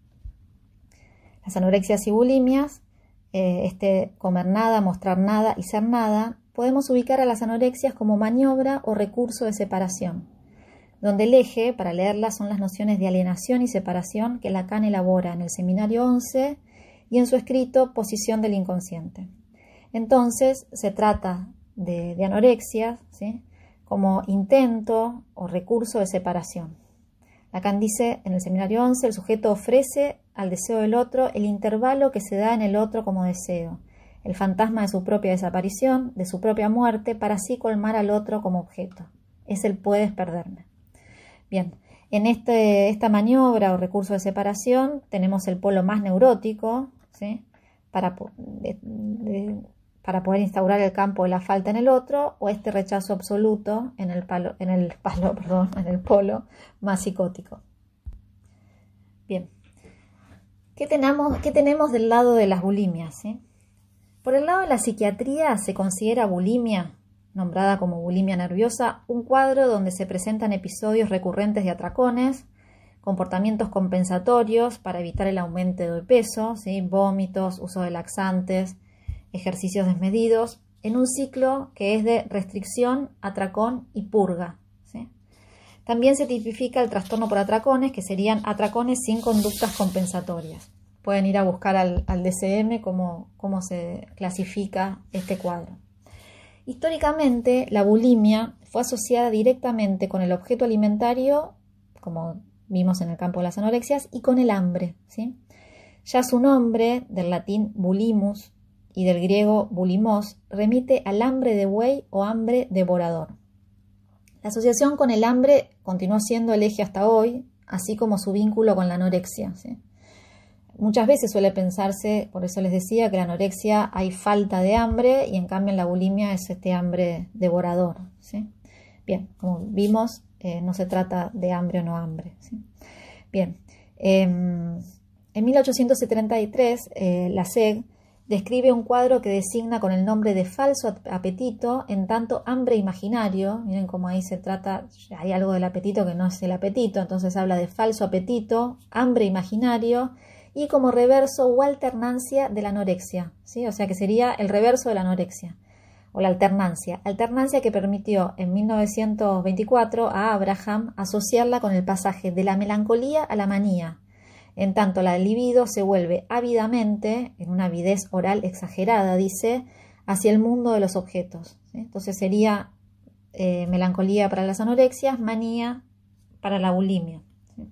las anorexias y bulimias, eh, este comer nada, mostrar nada y ser nada, podemos ubicar a las anorexias como maniobra o recurso de separación, donde el eje, para leerlas, son las nociones de alienación y separación que Lacan elabora en el Seminario once y en su escrito Posición del Inconsciente. Entonces, se trata de, de anorexia, ¿sí? como intento o recurso de separación. Lacan dice en el Seminario once, el sujeto ofrece al deseo del otro el intervalo que se da en el otro como deseo, el fantasma de su propia desaparición, de su propia muerte, para así colmar al otro como objeto. Es el puedes perderme. Bien, en este, esta maniobra o recurso de separación tenemos el polo más neurótico, ¿sí? para, de, de, para poder instaurar el campo de la falta en el otro, o este rechazo absoluto en el, palo, en el, palo, perdón, en el polo más psicótico. Bien, ¿qué tenemos, qué tenemos del lado de las bulimias? ¿Sí? Por el lado de la psiquiatría se considera bulimia, nombrada como bulimia nerviosa, un cuadro donde se presentan episodios recurrentes de atracones, comportamientos compensatorios para evitar el aumento de peso, ¿sí? vómitos, uso de laxantes, ejercicios desmedidos, en un ciclo que es de restricción, atracón y purga, ¿sí? También se tipifica el trastorno por atracones, que serían atracones sin conductas compensatorias. Pueden ir a buscar al, al D S M cómo, cómo se clasifica este cuadro. Históricamente, la bulimia fue asociada directamente con el objeto alimentario, como vimos en el campo de las anorexias, y con el hambre, ¿sí? Ya su nombre, del latín bulimus y del griego bulimos, remite al hambre de buey o hambre devorador. La asociación con el hambre continuó siendo el eje hasta hoy, así como su vínculo con la anorexia, ¿sí? Muchas veces suele pensarse, por eso les decía, que en la anorexia hay falta de hambre y en cambio en la bulimia es este hambre devorador, ¿sí? Bien, como vimos, eh, no se trata de hambre o no hambre, ¿sí? Bien, eh, en mil ochocientos setenta y tres eh, la S E G describe un cuadro que designa con el nombre de falso apetito, en tanto hambre imaginario. Miren cómo ahí se trata, hay algo del apetito que no es el apetito, entonces habla de falso apetito, hambre imaginario, y como reverso o alternancia de la anorexia, ¿sí? O sea que sería el reverso de la anorexia, o la alternancia. Alternancia que permitió en mil novecientos veinticuatro a Abraham asociarla con el pasaje de la melancolía a la manía. En tanto, la libido se vuelve ávidamente, en una avidez oral exagerada, dice, hacia el mundo de los objetos, ¿sí? Entonces sería eh, melancolía para las anorexias, manía para la bulimia, ¿sí?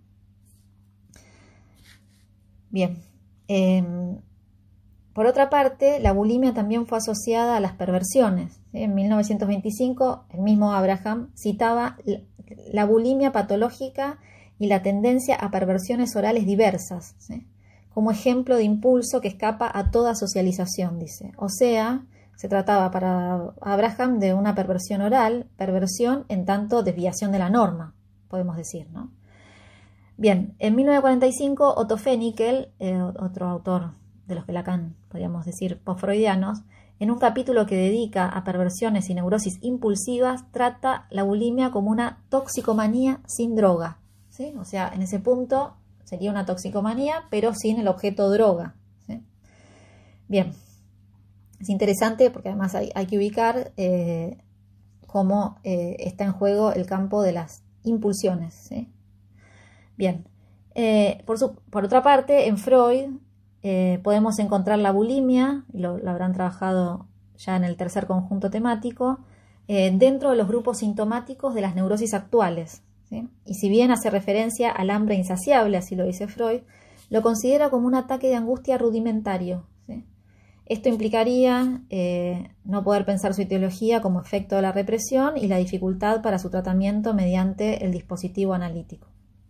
Bien. Eh, por otra parte, la bulimia también fue asociada a las perversiones, ¿sí? En mil novecientos veinticinco, el mismo Abraham citaba la bulimia patológica y la tendencia a perversiones orales diversas, ¿sí? Como ejemplo de impulso que escapa a toda socialización, dice. O sea, se trataba para Abraham de una perversión oral, perversión en tanto desviación de la norma, podemos decir, ¿no? Bien, en mil novecientos cuarenta y cinco, Otto Fennickel, eh, otro autor de los que Lacan, podríamos decir, postfreudianos, en un capítulo que dedica a perversiones y neurosis impulsivas, trata la bulimia como una toxicomanía sin droga, ¿sí? O sea, en ese punto sería una toxicomanía, pero sin el objeto droga, ¿sí? Bien, es interesante porque además hay, hay que ubicar eh, cómo eh, está en juego el campo de las impulsiones, ¿sí? Bien, eh, por, su, por otra parte, en Freud eh, podemos encontrar la bulimia, lo, lo habrán trabajado ya en el tercer conjunto temático, eh, dentro de los grupos sintomáticos de las neurosis actuales, ¿sí? Y si bien hace referencia al hambre insaciable, así lo dice Freud, lo considera como un ataque de angustia rudimentario, ¿sí? Esto implicaría eh, no poder pensar su etiología como efecto de la represión y la dificultad para su tratamiento mediante el dispositivo analítico.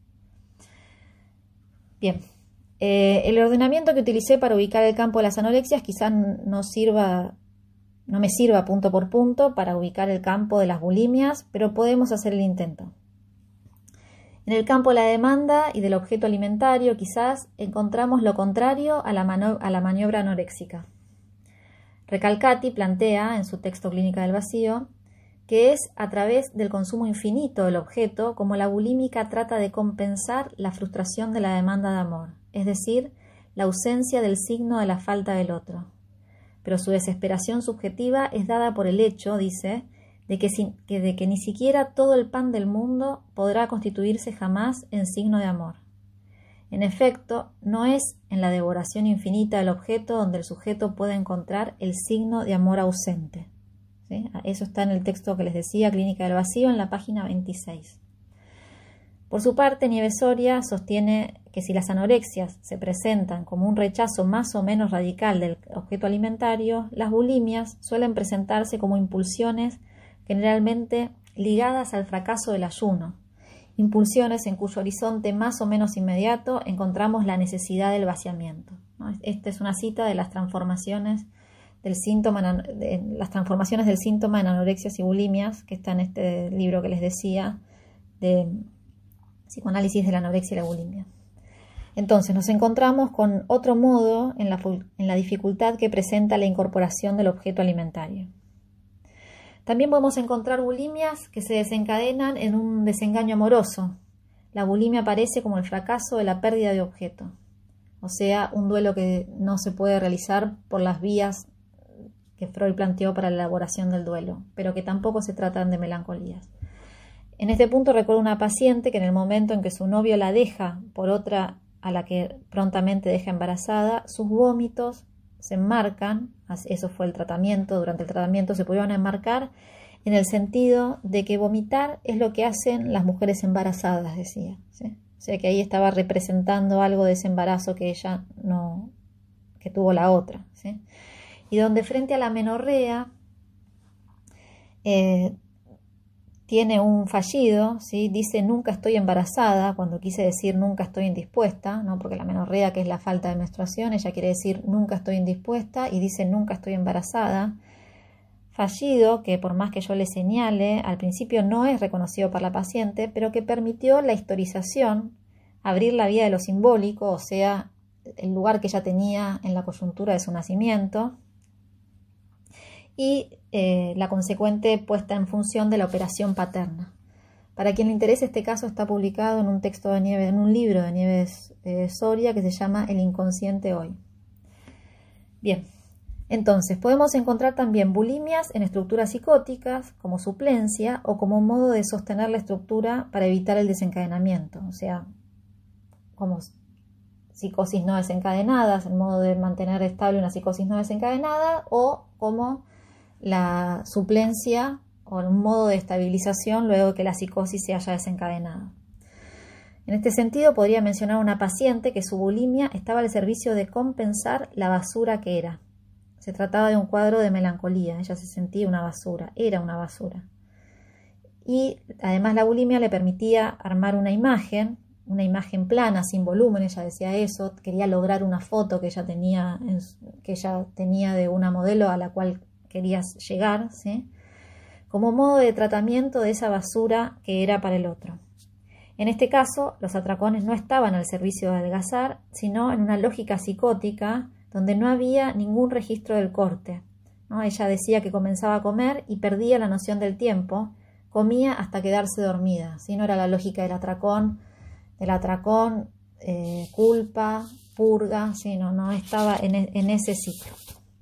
Bien, eh, el ordenamiento que utilicé para ubicar el campo de las anorexias quizás no sirva, no me sirva punto por punto para ubicar el campo de las bulimias, pero podemos hacer el intento. En el campo de la demanda y del objeto alimentario quizás encontramos lo contrario a la, mano- a la maniobra anoréxica. Recalcati plantea en su texto Clínica del Vacío que es a través del consumo infinito del objeto como la bulímica trata de compensar la frustración de la demanda de amor, es decir, la ausencia del signo de la falta del otro. Pero su desesperación subjetiva es dada por el hecho, dice, de que, sin, que, de que ni siquiera todo el pan del mundo podrá constituirse jamás en signo de amor. En efecto, no es en la devoración infinita del objeto donde el sujeto puede encontrar el signo de amor ausente. ¿Sí? Eso está en el texto que les decía, Clínica del Vacío, en la página veintiséis. Por su parte, Nieves Soria sostiene que si las anorexias se presentan como un rechazo más o menos radical del objeto alimentario, las bulimias suelen presentarse como impulsiones generalmente ligadas al fracaso del ayuno, impulsiones en cuyo horizonte más o menos inmediato encontramos la necesidad del vaciamiento, ¿no? Esta es una cita de las transformaciones del síntoma, de las transformaciones del síntoma en anorexias y bulimias, que está en este libro que les decía, de psicoanálisis de la anorexia y la bulimia. Entonces nos encontramos con otro modo en la, en la dificultad que presenta la incorporación del objeto alimentario. También podemos encontrar bulimias que se desencadenan en un desengaño amoroso. La bulimia aparece como el fracaso de la pérdida de objeto, o sea, un duelo que no se puede realizar por las vías que Freud planteó para la elaboración del duelo, pero que tampoco se tratan de melancolías. En este punto recuerdo una paciente que en el momento en que su novio la deja por otra a la que prontamente deja embarazada, sus vómitos se enmarcan, eso fue el tratamiento, durante el tratamiento se pudieron enmarcar en el sentido de que vomitar es lo que hacen las mujeres embarazadas, decía, ¿sí? O sea que ahí estaba representando algo de ese embarazo que ella no, que tuvo la otra, ¿sí? Y donde frente a la menorrea eh, tiene un fallido, ¿sí? Dice nunca estoy embarazada, cuando quise decir nunca estoy indispuesta, ¿no? Porque la menorrea, que es la falta de menstruación, ella quiere decir nunca estoy indispuesta, y dice nunca estoy embarazada. Fallido que, por más que yo le señale, al principio no es reconocido por la paciente, pero que permitió la historización, abrir la vía de lo simbólico, o sea, el lugar que ella tenía en la coyuntura de su nacimiento y eh, la consecuente puesta en función de la operación paterna. Para quien le interese, este caso está publicado en un texto de Nieves, en un libro de Nieves eh, Soria que se llama El inconsciente hoy. Bien, entonces podemos encontrar también bulimias en estructuras psicóticas como suplencia o como modo de sostener la estructura para evitar el desencadenamiento, o sea, como psicosis no desencadenadas, el modo de mantener estable una psicosis no desencadenada, o como la suplencia o un modo de estabilización luego de que la psicosis se haya desencadenado. En este sentido, podría mencionar a una paciente que su bulimia estaba al servicio de compensar la basura que era. Se trataba de un cuadro de melancolía, ella se sentía una basura, era una basura. Y además la bulimia le permitía armar una imagen, una imagen plana, sin volumen, ella decía eso, quería lograr una foto que ella tenía, que ella tenía de una modelo a la cual quería llegar, ¿sí?, como modo de tratamiento de esa basura que era para el otro. En este caso, los atracones no estaban al servicio de adelgazar, sino en una lógica psicótica donde no había ningún registro del corte, ¿no? Ella decía que comenzaba a comer y perdía la noción del tiempo, comía hasta quedarse dormida, ¿sí? No era la lógica del atracón, del atracón, eh, culpa, purga, ¿sí? no, no estaba en, en ese ciclo.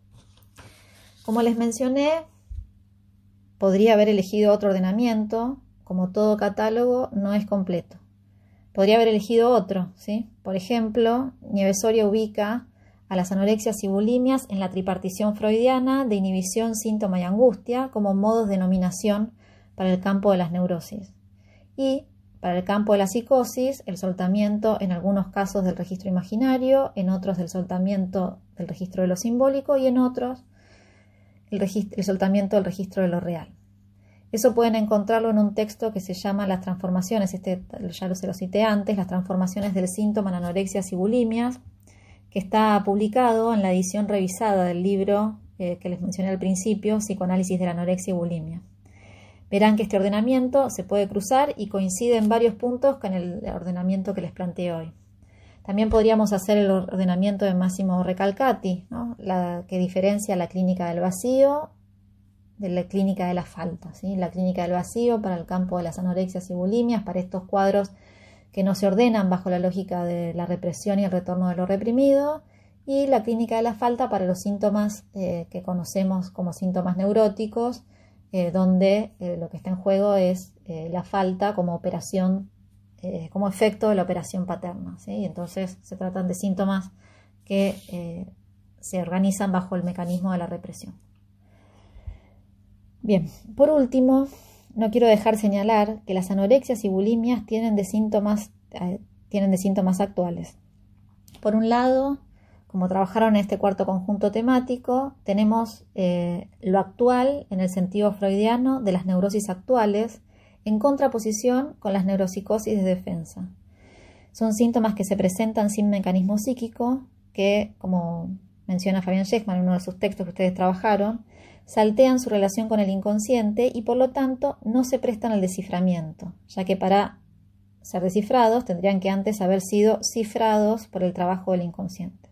Como les mencioné, podría haber elegido otro ordenamiento, como todo catálogo no es completo. Podría haber elegido otro, ¿sí? Por ejemplo, Nieves Soria ubica a las anorexias y bulimias en la tripartición freudiana de inhibición, síntoma y angustia como modos de nominación para el campo de las neurosis. Y para el campo de la psicosis, el soltamiento en algunos casos del registro imaginario, en otros del soltamiento del registro de lo simbólico y en otros el, el soltamiento del registro de lo real. Eso pueden encontrarlo en un texto que se llama Las transformaciones, este ya lo se lo cité antes, Las transformaciones del síntoma en anorexias y bulimias, que está publicado en la edición revisada del libro eh, que les mencioné al principio, Psicoanálisis de la anorexia y bulimia. Verán que este ordenamiento se puede cruzar y coincide en varios puntos con el ordenamiento que les planteé hoy. También podríamos hacer el ordenamiento de Massimo Recalcati, ¿no?, la que diferencia la clínica del vacío de la clínica de la falta, ¿sí? La clínica del vacío para el campo de las anorexias y bulimias, para estos cuadros que no se ordenan bajo la lógica de la represión y el retorno de lo reprimido, y la clínica de la falta para los síntomas eh, que conocemos como síntomas neuróticos, eh, donde eh, lo que está en juego es eh, la falta como operación, eh, como efecto de la operación paterna, ¿sí? Y entonces se tratan de síntomas que eh, se organizan bajo el mecanismo de la represión. Bien, por último, no quiero dejar señalar que las anorexias y bulimias tienen de síntomas, eh, tienen de síntomas actuales. Por un lado, como trabajaron en este cuarto conjunto temático, tenemos eh, lo actual en el sentido freudiano de las neurosis actuales en contraposición con las neuropsicosis de defensa. Son síntomas que se presentan sin mecanismo psíquico, que, como menciona Fabian Schekman en uno de sus textos que ustedes trabajaron, saltean su relación con el inconsciente y por lo tanto no se prestan al desciframiento, ya que para ser descifrados tendrían que antes haber sido cifrados por el trabajo del inconsciente.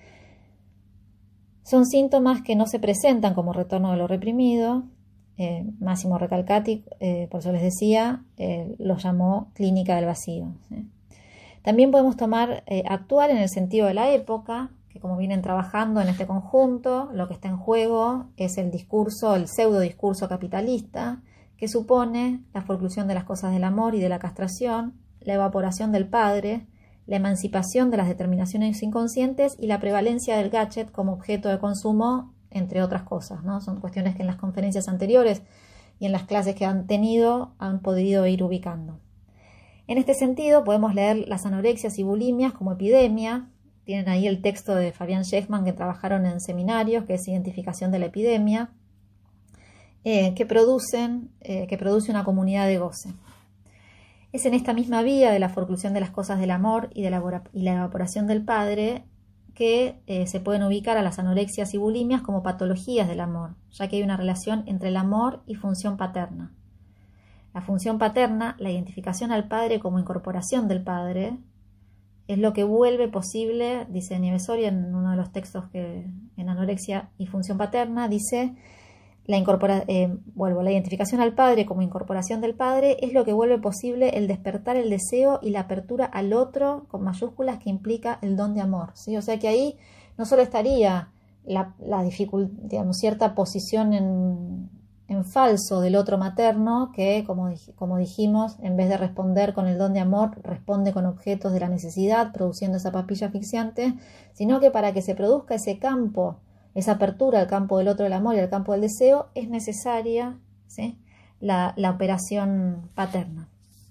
Son síntomas que no se presentan como retorno de lo reprimido. eh, Massimo Recalcati, eh, por eso les decía, eh, los llamó clínica del vacío, ¿sí? También podemos tomar eh, actual en el sentido de la época, que como vienen trabajando en este conjunto, lo que está en juego es el discurso, el pseudo discurso capitalista, que supone la forclusión de las cosas del amor y de la castración, la evaporación del padre, la emancipación de las determinaciones inconscientes y la prevalencia del gadget como objeto de consumo, entre otras cosas, ¿no? Son cuestiones que en las conferencias anteriores y en las clases que han tenido han podido ir ubicando. En este sentido, podemos leer las anorexias y bulimias como epidemia. Tienen ahí el texto de Fabian Schekman que trabajaron en seminarios, que es identificación de la epidemia, eh, que, producen, eh, que produce una comunidad de goce. Es en esta misma vía de la forclusión de las cosas del amor y de la, y la evaporación del padre que eh, se pueden ubicar a las anorexias y bulimias como patologías del amor, ya que hay una relación entre el amor y función paterna. La función paterna, la identificación al padre como incorporación del padre, es lo que vuelve posible, dice Nieves Soria en uno de los textos que en Anorexia y Función Paterna, dice, la, incorpora, eh, vuelvo, la identificación al padre como incorporación del padre es lo que vuelve posible el despertar el deseo y la apertura al otro, con mayúsculas, que implica el don de amor, ¿sí? O sea que ahí no solo estaría la, la dificultad, digamos, cierta posición en, en falso del otro materno, que como, como dijimos, en vez de responder con el don de amor, responde con objetos de la necesidad, produciendo esa papilla asfixiante, sino que para que se produzca ese campo, esa apertura al campo del otro del amor y al campo del deseo, es necesaria, ¿sí?, la, la operación paterna.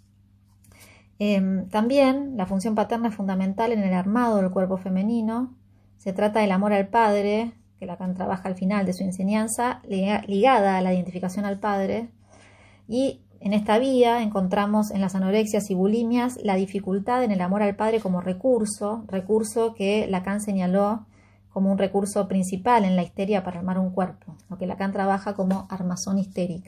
Eh, también la función paterna es fundamental en el armado del cuerpo femenino. Se trata del amor al padre, que Lacan trabaja al final de su enseñanza, ligada a la identificación al padre, y en esta vía encontramos en las anorexias y bulimias la dificultad en el amor al padre como recurso, recurso que Lacan señaló como un recurso principal en la histeria para armar un cuerpo, lo que Lacan trabaja como armazón histérica.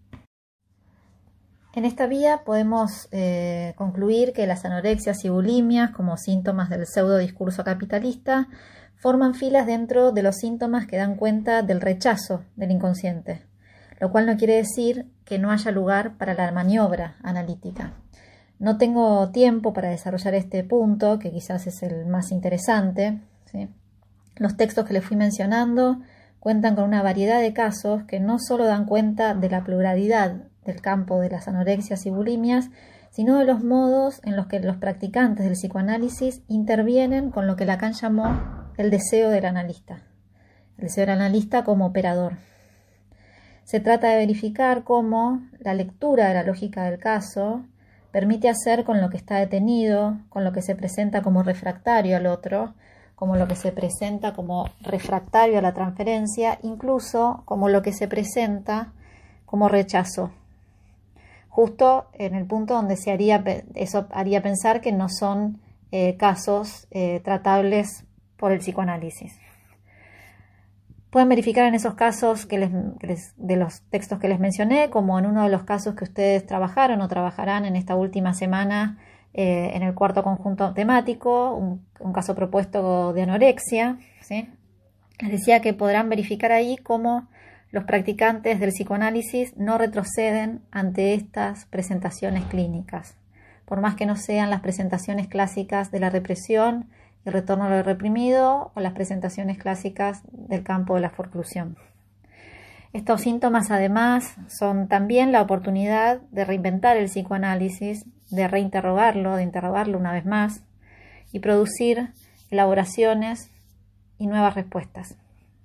En esta vía podemos eh, concluir que las anorexias y bulimias, como síntomas del pseudo discurso capitalista, forman filas dentro de los síntomas que dan cuenta del rechazo del inconsciente, lo cual no quiere decir que no haya lugar para la maniobra analítica. No tengo tiempo para desarrollar este punto, que quizás es el más interesante, ¿sí? Los textos que les fui mencionando cuentan con una variedad de casos que no solo dan cuenta de la pluralidad del campo de las anorexias y bulimias, sino de los modos en los que los practicantes del psicoanálisis intervienen con lo que Lacan llamó el deseo del analista, el deseo del analista como operador. Se trata de verificar cómo la lectura de la lógica del caso permite hacer con lo que está detenido, con lo que se presenta como refractario al otro, como lo que se presenta como refractario a la transferencia, incluso como lo que se presenta como rechazo. Justo en el punto donde se haría, eso haría pensar que no son eh, casos eh, tratables por el psicoanálisis. Pueden verificar en esos casos que les, que les, de los textos que les mencioné, como en uno de los casos que ustedes trabajaron o trabajarán en esta última semana eh, en el cuarto conjunto temático, un, un caso propuesto de anorexia, ¿sí? Les decía que podrán verificar ahí cómo los practicantes del psicoanálisis no retroceden ante estas presentaciones clínicas, por más que no sean las presentaciones clásicas de la represión y retorno a lo reprimido o las presentaciones clásicas del campo de la forclusión. Estos síntomas además son también la oportunidad de reinventar el psicoanálisis, de reinterrogarlo, de interrogarlo una vez más y producir elaboraciones y nuevas respuestas.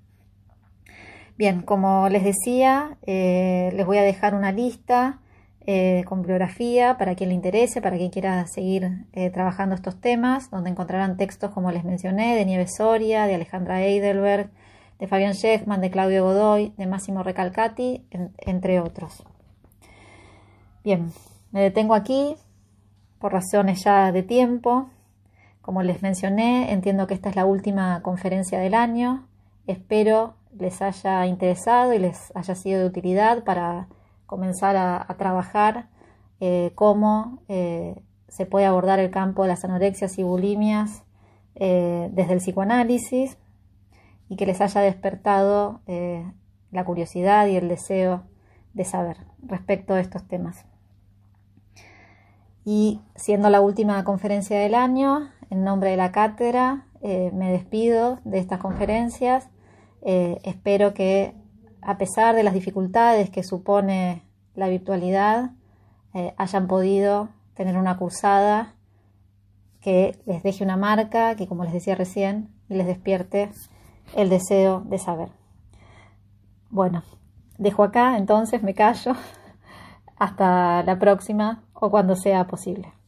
Bien, como les decía, eh, les voy a dejar una lista eh, con bibliografía para quien le interese, para quien quiera seguir eh, trabajando estos temas, donde encontrarán textos, como les mencioné, de Nieves Soria, de Alejandra Eidelberg, de Fabián Sheckman, de Claudio Godoy, de Massimo Recalcati, en, entre otros. Bien, me detengo aquí por razones ya de tiempo. Como les mencioné, entiendo que esta es la última conferencia del año. Espero les haya interesado y les haya sido de utilidad para comenzar a, a trabajar eh, cómo eh, se puede abordar el campo de las anorexias y bulimias eh, desde el psicoanálisis, y que les haya despertado eh, la curiosidad y el deseo de saber respecto de estos temas. Y siendo la última conferencia del año, en nombre de la cátedra eh, me despido de estas conferencias. Eh, espero que, a pesar de las dificultades que supone la virtualidad, eh, hayan podido tener una cursada que les deje una marca, que, como les decía recién, les despierte el deseo de saber. Bueno, dejo acá, entonces me callo. Hasta la próxima o cuando sea posible.